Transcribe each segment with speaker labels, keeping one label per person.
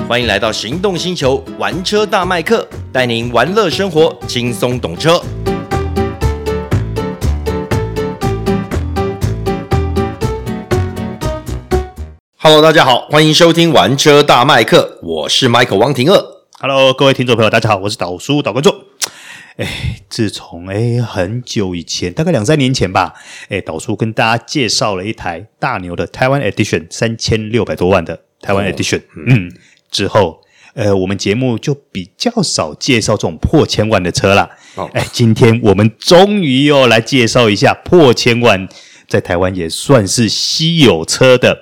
Speaker 1: 欢迎来到行动星球玩车大麦克，带您玩乐生活，轻松懂车。Hello， 大家好，欢迎收听玩车大麦克，我是 Michael 汪廷乐。
Speaker 2: Hello， 各位听众朋友，大家好，我是导叔导观众。自从很久以前，大概2-3年前吧，导叔跟大家介绍了一台大牛的台湾 Edition 3600多万的台湾 Edition，之后我们节目就比较少介绍这种破千万的车啦。今天我们终于又来介绍一下破千万，在台湾也算是稀有车的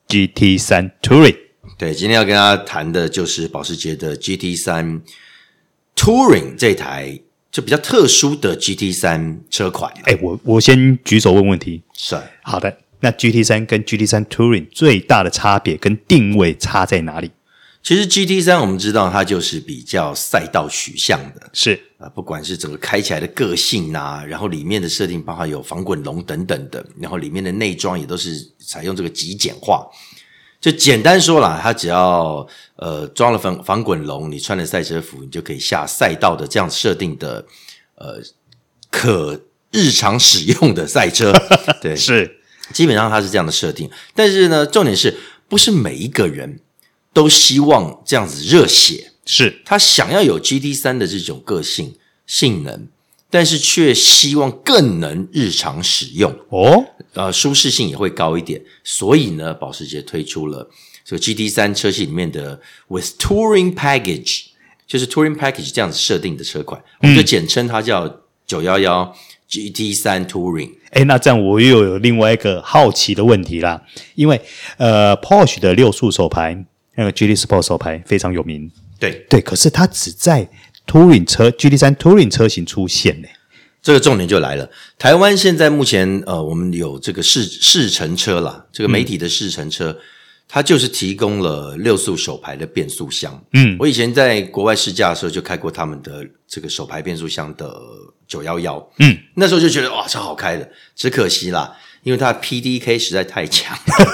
Speaker 2: GT3 Touring。
Speaker 1: 对，今天要跟大家谈的就是保时捷的 GT3 Touring 这台就比较特殊的 GT3 车款。
Speaker 2: 我先举手问问题。
Speaker 1: 是。
Speaker 2: 好的，那 GT3 跟 GT3 Touring 最大的差别跟定位差在哪里？
Speaker 1: 其实 GT3 我们知道它就是比较赛道取向的，
Speaker 2: 是
Speaker 1: 不管是整个开起来的个性啊，然后里面的设定包括有防滚笼等等的，然后里面的内装也都是采用这个极简化。就简单说啦，它只要装了防滚笼，你穿了赛车服，你就可以下赛道的这样设定的可日常使用的赛车。对，
Speaker 2: 是
Speaker 1: 基本上它是这样的设定。但是呢，重点是不是每一个人都希望这样子热血？
Speaker 2: 是
Speaker 1: 他想要有 GT3 的这种个性性能，但是却希望更能日常使用舒适性也会高一点，所以呢，保时捷推出了这个 GT3 车系里面的 With Touring Package， 就是 Touring Package 这样子设定的车款，我们就简称它叫911 GT3 Touring。
Speaker 2: 那这样我又有另外一个好奇的问题啦，因为Porsche 的6速手排那个 GT Sport 手排非常有名，对，可是它只在 Touring 车 GT3 Touring 车型出现
Speaker 1: 这个重点就来了，台湾现在目前我们有这个试乘车啦，这个媒体的试乘车，它就是提供了6速手排的变速箱。我以前在国外试驾的时候就开过他们的这个手排变速箱的911，那时候就觉得哇超好开的，只可惜啦，因为它的 PDK 实在太强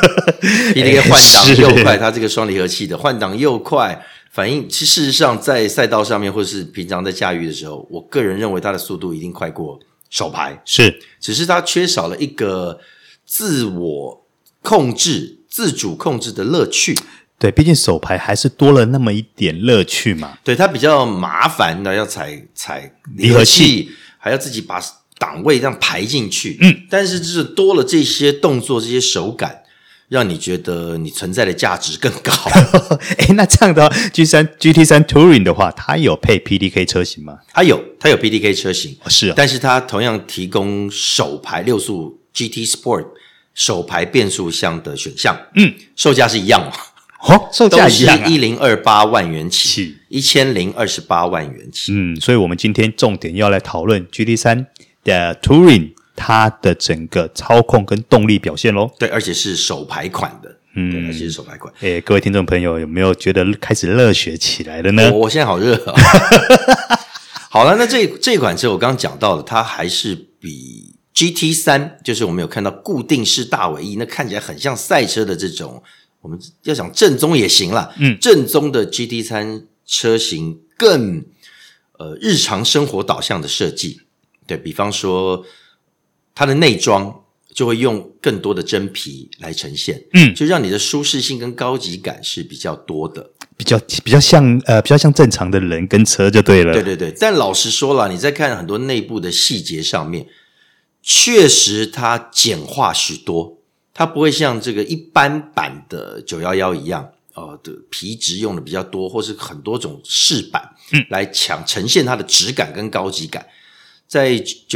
Speaker 1: PDK 换挡又快，它这个双离合器的换挡又快，反应事实上在赛道上面或是平常在驾驭的时候，我个人认为它的速度一定快过手排，
Speaker 2: 是，
Speaker 1: 只是它缺少了一个自我控制自主控制的乐趣。
Speaker 2: 对，毕竟手排还是多了那么一点乐趣嘛。
Speaker 1: 对，它比较麻烦的，要踩离合器，还要自己把档位这样排进去。但是就是多了这些动作，这些手感，让你觉得你存在的价值更高。
Speaker 2: 那这样的话 GT3 Touring 的话，它有配 PDK 车型吗？
Speaker 1: 它有 PDK 车型，
Speaker 2: 是
Speaker 1: 但是它同样提供手排6速 GT Sport 手排变速箱的选项。售价是一样
Speaker 2: 售价一样
Speaker 1: 都是1028万元起，1028万元起。
Speaker 2: 所以我们今天重点要来讨论 GT3 的 Touring 它的整个操控跟动力表现咯。
Speaker 1: 对，而且是手排款的。对，而且是手排款。
Speaker 2: 各位听众朋友有没有觉得开始热血起来了呢？
Speaker 1: 我现在好热好了，那这款车我刚刚讲到了，它还是比 GT3 就是我们有看到固定式大尾翼，那看起来很像赛车的这种，我们要讲正宗也行啦，正宗的 GT3 车型更日常生活导向的设计。对，比方说它的内装就会用更多的真皮来呈现，就让你的舒适性跟高级感是比较多的，
Speaker 2: 比较像正常的人跟车就对了。
Speaker 1: 对，但老实说啦，你在看很多内部的细节上面，确实它简化许多，它不会像这个一般版的911一样的皮质用的比较多，或是很多种饰板来呈现它的质感跟高级感。在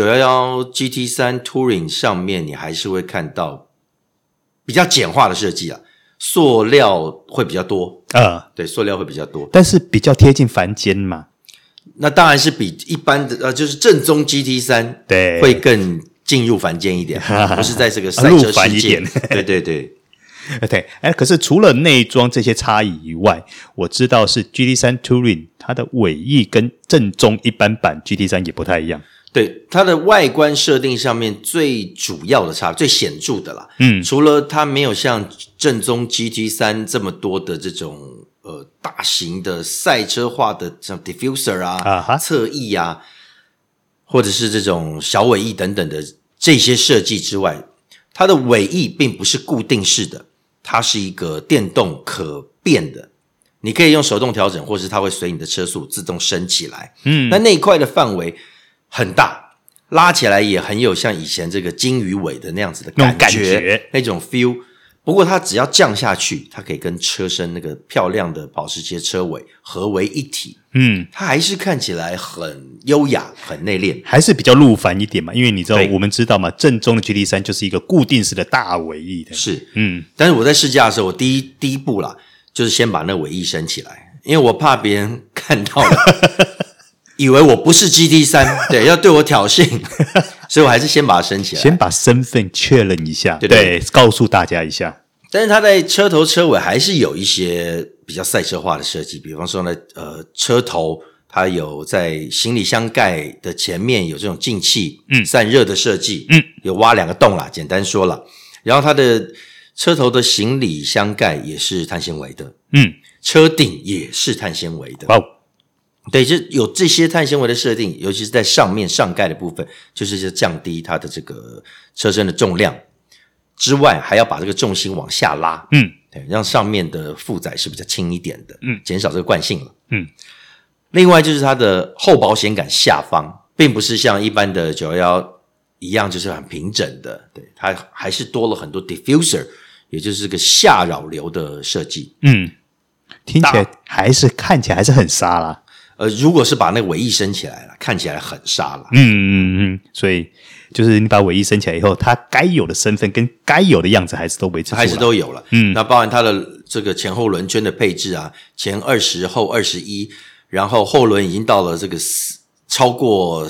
Speaker 1: 911 GT3 Touring 上面，你还是会看到比较简化的设计塑料会比较多对，塑料会比较多，
Speaker 2: 但是比较贴近凡间嘛。
Speaker 1: 那当然是比一般的就是正宗 GT3
Speaker 2: 对
Speaker 1: 会更进入凡间一点，不是在这个赛车世界对。
Speaker 2: 可是除了内装这些差异以外，我知道是 GT3 Touring 它的尾翼跟正宗一般版 GT3 也不太一样。
Speaker 1: 对，它的外观设定上面最主要的差别最显著的啦，除了它没有像正宗 GT3 这么多的这种大型的赛车化的像 diffuser 啊、侧翼啊，或者是这种小尾翼等等的这些设计之外，它的尾翼并不是固定式的，它是一个电动可变的，你可以用手动调整，或是它会随你的车速自动升起来。那一块的范围很大，拉起来也很有像以前这个鲸鱼尾的那样子的感觉，那种 feel。不过它只要降下去，它可以跟车身那个漂亮的保时捷车尾合为一体。它还是看起来很优雅、很内敛，
Speaker 2: 还是比较路凡一点嘛。因为你知道，我们知道嘛，正宗的 GT3 就是一个固定式的大尾翼的。
Speaker 1: 是，但是我在试驾的时候，我第一步啦，就是先把那尾翼升起来，因为我怕别人看到了，以为我不是 GT3， 对，要对我挑衅。所以我还是先把它升起来，
Speaker 2: 先把身份确认一下，对，告诉大家一下。
Speaker 1: 但是它在车头车尾还是有一些比较赛车化的设计，比方说呢，车头它有在行李箱盖的前面有这种进气散热的设计，有挖2个洞啦，简单说啦。然后它的车头的行李箱盖也是碳纤维的，车顶也是碳纤维的。哇，对，就有这些碳纤维的设定，尤其是在上面上盖的部分，就是降低它的这个车身的重量之外，还要把这个重心往下拉，对，让上面的负载是比较轻一点的，减少这个惯性了，另外就是它的后保险杆下方，并不是像一般的911一样就是很平整的，对，它还是多了很多 diffuser， 也就是个下扰流的设计，
Speaker 2: 听起来看起来还是很沙啦。
Speaker 1: 如果是把那个尾翼升起来了，看起来很沙了。
Speaker 2: 所以就是你把尾翼升起来以后，它该有的身份跟该有的样子还是都维持住了，
Speaker 1: 还是都有了。那包含它的这个前后轮圈的配置啊，前20后21，然后后轮已经到了这个超过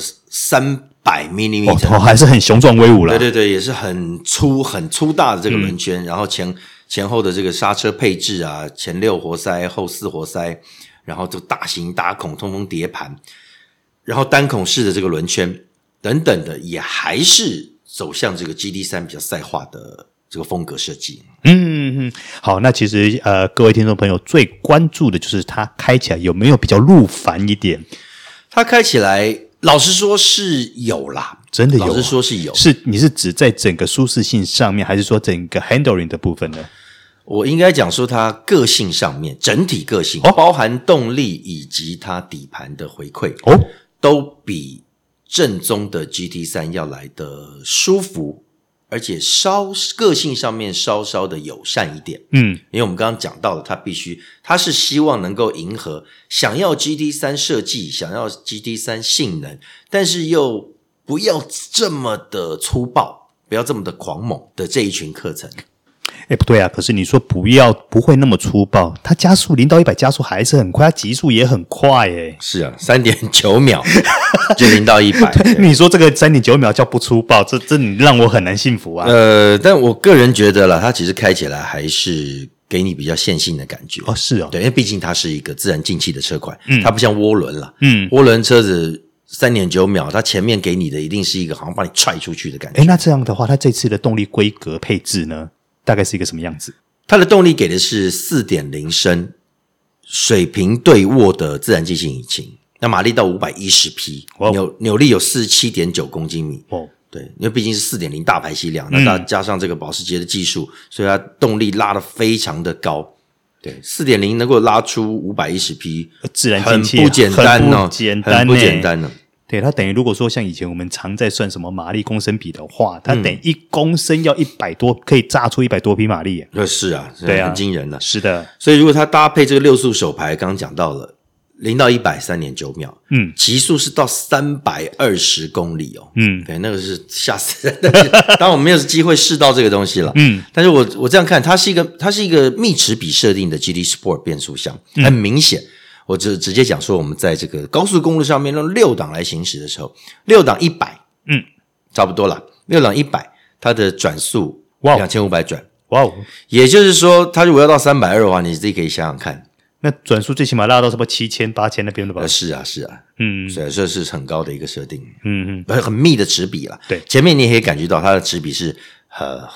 Speaker 1: 300mm，
Speaker 2: 还是很雄壮威武了。
Speaker 1: 对对对，也是很粗大的这个轮圈，然后前后的这个刹车配置啊，前6活塞，后4活塞。然后这个大型打孔通风碟盘，然后单孔式的这个轮圈等等的，也还是走向这个 GT3 比较赛化的这个风格设计。
Speaker 2: 好，那其实各位听众朋友最关注的就是它开起来有没有比较路凡一点？
Speaker 1: 它开起来，老实说是有啦，
Speaker 2: 真的有，
Speaker 1: 老实说是有。
Speaker 2: 你是指在整个舒适性上面，还是说整个 handling 的部分呢？
Speaker 1: 我应该讲说它个性上面，整体个性，包含动力以及它底盘的回馈，都比正宗的 GT3 要来的舒服，而且个性上面稍稍的友善一点。因为我们刚刚讲到了，它是希望能够迎合想要 GT3 设计，想要 GT3 性能，但是又不要这么的粗暴，不要这么的狂猛的这一群客层。
Speaker 2: 不对啊，可是你说不会那么粗暴，它加速0到100加速还是很快，它极速也很快耶。
Speaker 1: 是啊， 3.9 秒就0到100。
Speaker 2: 你说这个 3.9 秒叫不粗暴，这你让我很难信服啊。
Speaker 1: 但我个人觉得啦，它其实开起来还是给你比较线性的感觉。
Speaker 2: 是哦，
Speaker 1: 对，因为毕竟它是一个自然进气的车款，它不像涡轮啦。涡轮车子3.9 秒，它前面给你的一定是一个好像把你踹出去的感觉。
Speaker 2: 那这样的话，它这次的动力规格配置呢？大概是一个什么样子？
Speaker 1: 它的动力给的是 4.0 升水平对握的自然进气引擎，那马力到510匹，扭力有 47.9 公斤米。对，因为毕竟是 4.0 大排气量，那加上这个保时捷的技术，所以它动力拉得非常的高。对， 4.0 能够拉出510匹
Speaker 2: 自然进气，
Speaker 1: 很不简单哦，
Speaker 2: 很不简
Speaker 1: 单哦。
Speaker 2: 对，它等于如果说像以前我们常在算什么马力公升比的话，它等于1公升要100多，可以炸出100多匹马力。
Speaker 1: 是啊，对啊，很惊人了。
Speaker 2: 是的，
Speaker 1: 所以如果它搭配这个6速手排，刚刚讲到了0到100 3.9 秒，极速是到320公里哦。对，那个是吓死人的。当然我没有机会试到这个东西了。但是我这样看，它是一个密齿比设定的 GT Sport 变速箱，很明显。我直接讲说，我们在这个高速公路上面用6档来行驶的时候，6档100，差不多了。6档100，它的转速2500转，也就是说，它如果要到320的话，你自己可以想想看，
Speaker 2: 那转速最起码拉到什么7000、8000那边的吧？
Speaker 1: 是啊，所以这是很高的一个设定，很密的齿比啦。
Speaker 2: 对，
Speaker 1: 前面你也可以感觉到它的齿比是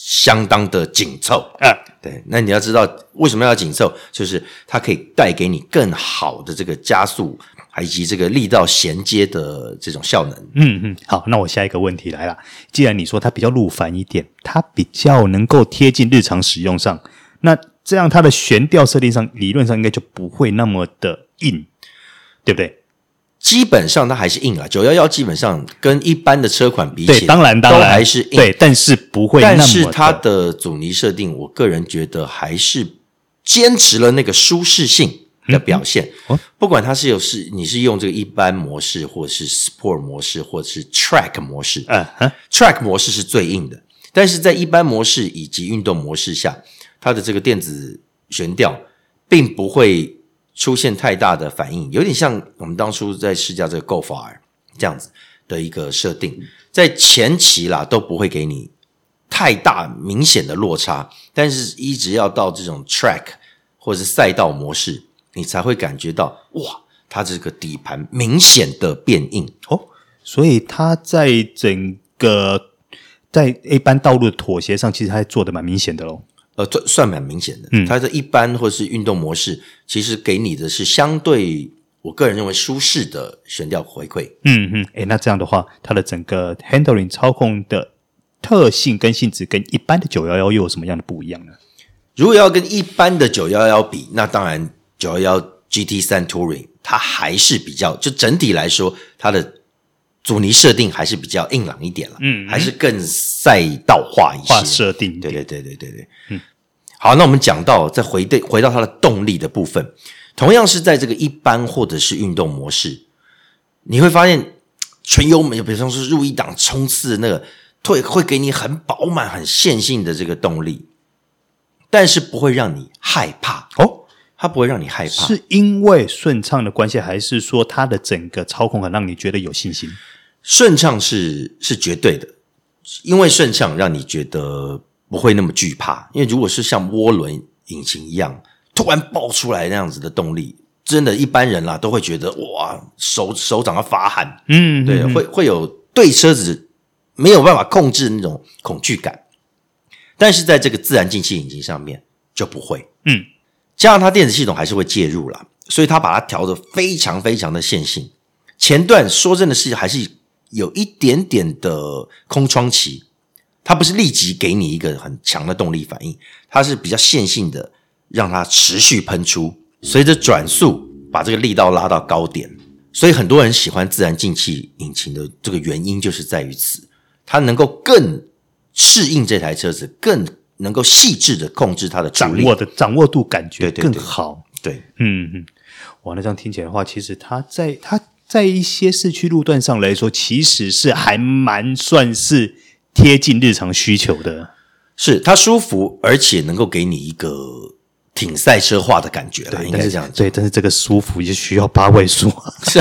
Speaker 1: 相当的紧凑对，那你要知道为什么要紧凑，就是它可以带给你更好的这个加速以及这个力道衔接的这种效能。
Speaker 2: 好，那我下一个问题来了。既然你说它比较路繁一点，它比较能够贴近日常使用上，那这样它的悬吊设定上理论上应该就不会那么的硬，对不对？
Speaker 1: 基本上它还是硬啦，911基本上跟一般的车款比起来，
Speaker 2: 对，当然
Speaker 1: 都还是硬，
Speaker 2: 对，但是不会那么的。
Speaker 1: 但是它的阻尼设定，我个人觉得还是坚持了那个舒适性的表现。不管它你是用这个一般模式，或是 Sport 模式，或是 Track 模式，Track 模式是最硬的，但是在一般模式以及运动模式下，它的这个电子悬吊并不会出现太大的反应，有点像我们当初在试驾这个 Golf R 这样子的一个设定，在前期啦都不会给你太大明显的落差，但是一直要到这种 track 或者是赛道模式，你才会感觉到哇，它这个底盘明显的变硬
Speaker 2: 所以它在整个在一般道路的妥协上，其实它做的蛮明显的咯。
Speaker 1: 算蛮明显的。它的一般或是运动模式，其实给你的是相对我个人认为舒适的悬吊回馈。
Speaker 2: 那这样的话，它的整个 handling 操控的特性跟性质跟一般的911又有什么样的不一样呢？
Speaker 1: 如果要跟一般的911比，那当然911 GT3 Touring 它还是比较，就整体来说它的阻尼设定还是比较硬朗一点了，还是更赛道化一些
Speaker 2: 设定。
Speaker 1: 对。好，那我们讲到再回到它的动力的部分，同样是在这个一般或者是运动模式，你会发现纯油门，比如说入一档冲刺的那个会给你很饱满、很线性的这个动力，但是不会让你害怕它不会让你害怕，
Speaker 2: 是因为顺畅的关系，还是说它的整个操控很让你觉得有信心？
Speaker 1: 顺畅是绝对的，因为顺畅让你觉得不会那么惧怕，因为如果是像涡轮引擎一样突然爆出来那样子的动力，真的一般人啦都会觉得哇手掌要发汗，对，会有对车子没有办法控制那种恐惧感，但是在这个自然进气引擎上面就不会，加上它电子系统还是会介入啦，所以它把它调得非常非常的线性，前段说真的是还是有一点点的空窗期，它不是立即给你一个很强的动力反应，它是比较线性的让它持续喷出，随着转速把这个力道拉到高点，所以很多人喜欢自然进气引擎的这个原因就是在于此，它能够更适应这台车子，更能够细致的控制它的阻力，
Speaker 2: 掌握度感觉更好。
Speaker 1: 对，
Speaker 2: 哇，那这样听起来的话，其实它在一些市区路段上来说，其实是还蛮算是贴近日常需求的。是
Speaker 1: 它舒服，而且能够给你一个挺赛车化的感觉啦，应该是这样子。
Speaker 2: 对，但是这个舒服也需要8位数。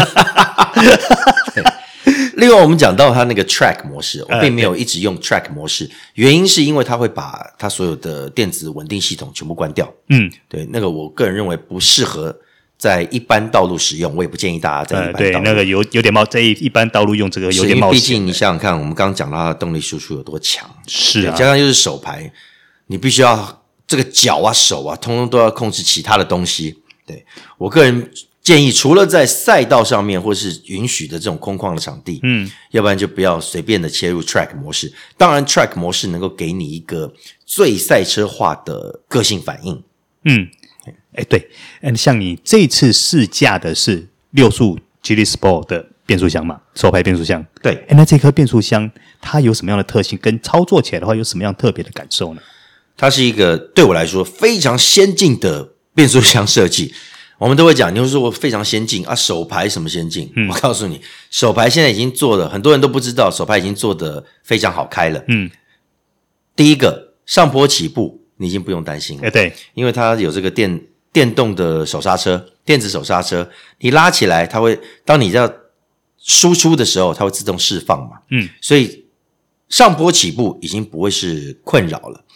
Speaker 1: 另外我们讲到它那个 track 模式，我并没有一直用 track 模式，原因是因为它会把它所有的电子稳定系统全部关掉。对，那个我个人认为不适合在一般道路使用，我也不建议大家在一般道路。
Speaker 2: 对，那个有点冒，在一般道路用这个有点冒险。
Speaker 1: 毕竟你想想看，我们刚刚讲到它的动力输出有多强，
Speaker 2: 是啊，
Speaker 1: 加上又是手排，你必须要这个脚啊、手啊，通通都要控制其他的东西。对，我个人建议，除了在赛道上面或是允许的这种空旷的场地，要不然就不要随便的切入 track 模式。当然 track 模式能够给你一个最赛车化的个性反应。
Speaker 2: 对，像你这次试驾的是6速 GT Sport 的变速箱嘛，手排变速箱。
Speaker 1: 对，
Speaker 2: 那这颗变速箱它有什么样的特性？跟操作起来的话有什么样特别的感受呢？
Speaker 1: 它是一个对我来说非常先进的变速箱设计。我们都会讲，你会说我非常先进啊，手排什么先进？我告诉你，手排现在已经做的，很多人都不知道，手排已经做的非常好开了。第一个上坡起步你已经不用担心了，
Speaker 2: 对，
Speaker 1: 因为它有这个电动的手刹车，电子手刹车，你拉起来，它会当你要输出的时候，它会自动释放嘛。所以上坡起步已经不会是困扰了。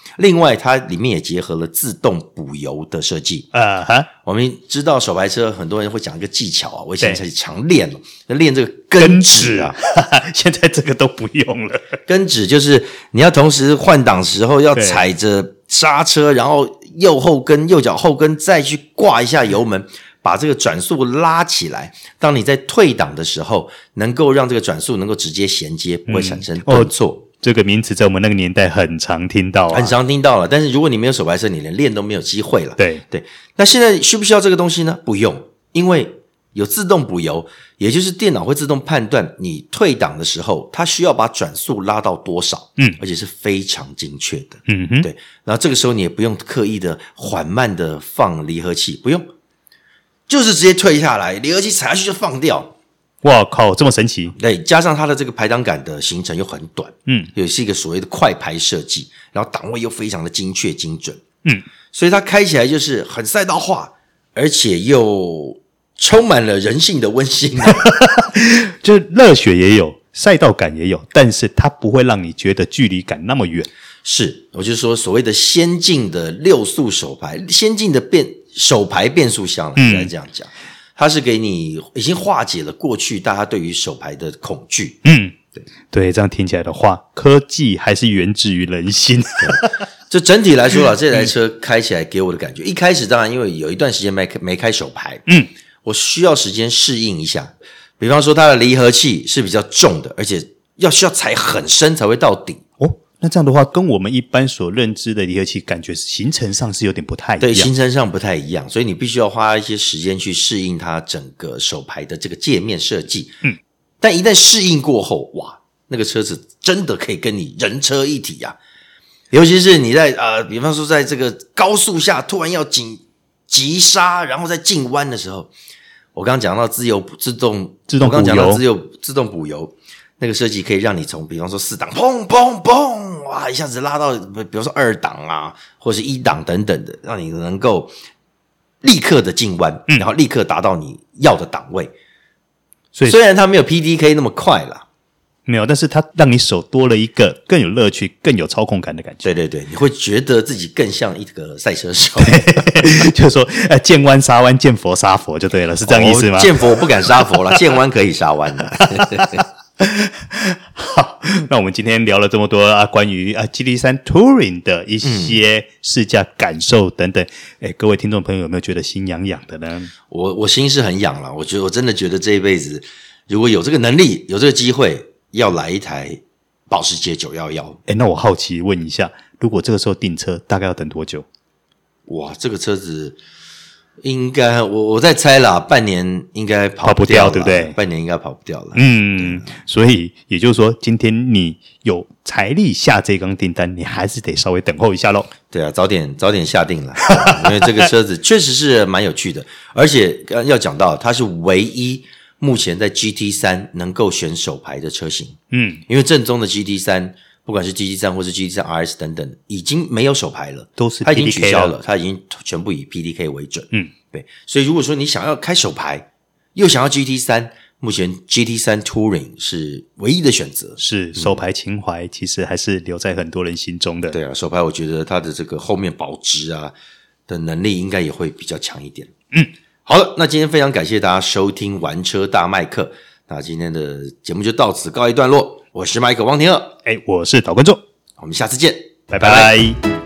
Speaker 1: 另外它里面也结合了自动补油的设计。我们知道手排车很多人会讲一个技巧啊，我以前常练练这个根指啊，
Speaker 2: 现在这个都不用了。
Speaker 1: 根指就是你要同时换挡时候要踩着刹车，然后右脚后跟再去挂一下油门，把这个转速拉起来，当你在退档的时候能够让这个转速能够直接衔接，不会产生顿挫。
Speaker 2: 这个名词在我们那个年代很常听到
Speaker 1: 很常听到了。但是如果你没有手排车，你连练都没有机会了。
Speaker 2: 对，
Speaker 1: 那现在需不需要这个东西呢？不用，因为有自动补油，也就是电脑会自动判断你退档的时候它需要把转速拉到多少，而且是非常精确的。对，然后这个时候你也不用刻意的缓慢的放离合器，不用，就是直接退下来，离合器踩下去就放掉。
Speaker 2: 哇靠，这么神奇！
Speaker 1: 对，加上它的这个排档杆的行程又很短，也是一个所谓的快排设计，然后档位又非常的精确精准，所以它开起来就是很赛道化，而且又充满了人性的温馨，
Speaker 2: 就热血也有，赛道感也有，但是它不会让你觉得距离感那么远。
Speaker 1: 是，我就说所谓的先进的6速手排，先进的手排变速箱了，应该这样讲。它是给你已经化解了过去大家对于手排的恐惧。
Speaker 2: 对，这样听起来的话，科技还是源自于人心。
Speaker 1: 就整体来说啦，这台车开起来给我的感觉，一开始当然因为有一段时间没开手排，我需要时间适应一下。比方说它的离合器是比较重的，而且需要踩很深才会到底。
Speaker 2: 那这样的话，跟我们一般所认知的离合器感觉行程上是有点不太一样。
Speaker 1: 对，行程上不太一样，所以你必须要花一些时间去适应它整个手排的这个界面设计。但一旦适应过后，哇，那个车子真的可以跟你人车一体啊！尤其是你在比方说在这个高速下突然要急刹，然后在进弯的时候，我刚刚讲到自动补油。那个设计可以让你从比方说4档砰砰砰，哇，一下子拉到比如说2档啊，或是1档等等的，让你能够立刻的进弯，然后立刻达到你要的档位。所以虽然它没有 PDK 那么快啦，
Speaker 2: 没有，但是它让你手多了一个更有乐趣、更有操控感的感觉。
Speaker 1: 对，你会觉得自己更像一个赛车手。
Speaker 2: 就是说见弯杀弯，见佛杀佛就对了，是这样意思吗？
Speaker 1: 见佛我不敢杀佛啦，见弯可以杀弯的。
Speaker 2: 好，那我们今天聊了这么多关于GT3 Touring 的一些试驾感受等等，各位听众朋友有没有觉得心痒痒的呢？
Speaker 1: 我心是很痒了，我真的觉得这一辈子如果有这个能力有这个机会，要来一台保时捷911。
Speaker 2: 那我好奇问一下，如果这个时候订车大概要等多久？
Speaker 1: 哇，这个车子应该我在猜啦，半年应该跑不掉，
Speaker 2: 对不对？
Speaker 1: 半年应该跑不掉了。
Speaker 2: 所以也就是说，今天你有财力下这缸订单，你还是得稍微等候一下咯。
Speaker 1: 对啊，早点下定了，因为这个车子确实是蛮有趣的，而且要讲到它是唯一目前在 GT3 能够选手排的车型。因为正宗的 GT3。不管是 GT3 或是 GT3 RS 等等，已经没有手排了，
Speaker 2: 都是 PDK
Speaker 1: 它已经取消了，它已经全部以 PDK 为准。对，所以如果说你想要开手排，又想要 GT3，目前 GT3 Touring 是唯一的选择。
Speaker 2: 是手排情怀，其实还是留在很多人心中的。
Speaker 1: 对啊，手排我觉得它的这个后面保值的能力应该也会比较强一点。好了，那今天非常感谢大家收听玩车大麦克，那今天的节目就到此告一段落。我是麦克汪廷乐，
Speaker 2: 我是导观众，
Speaker 1: 我们下次见，
Speaker 2: 拜拜。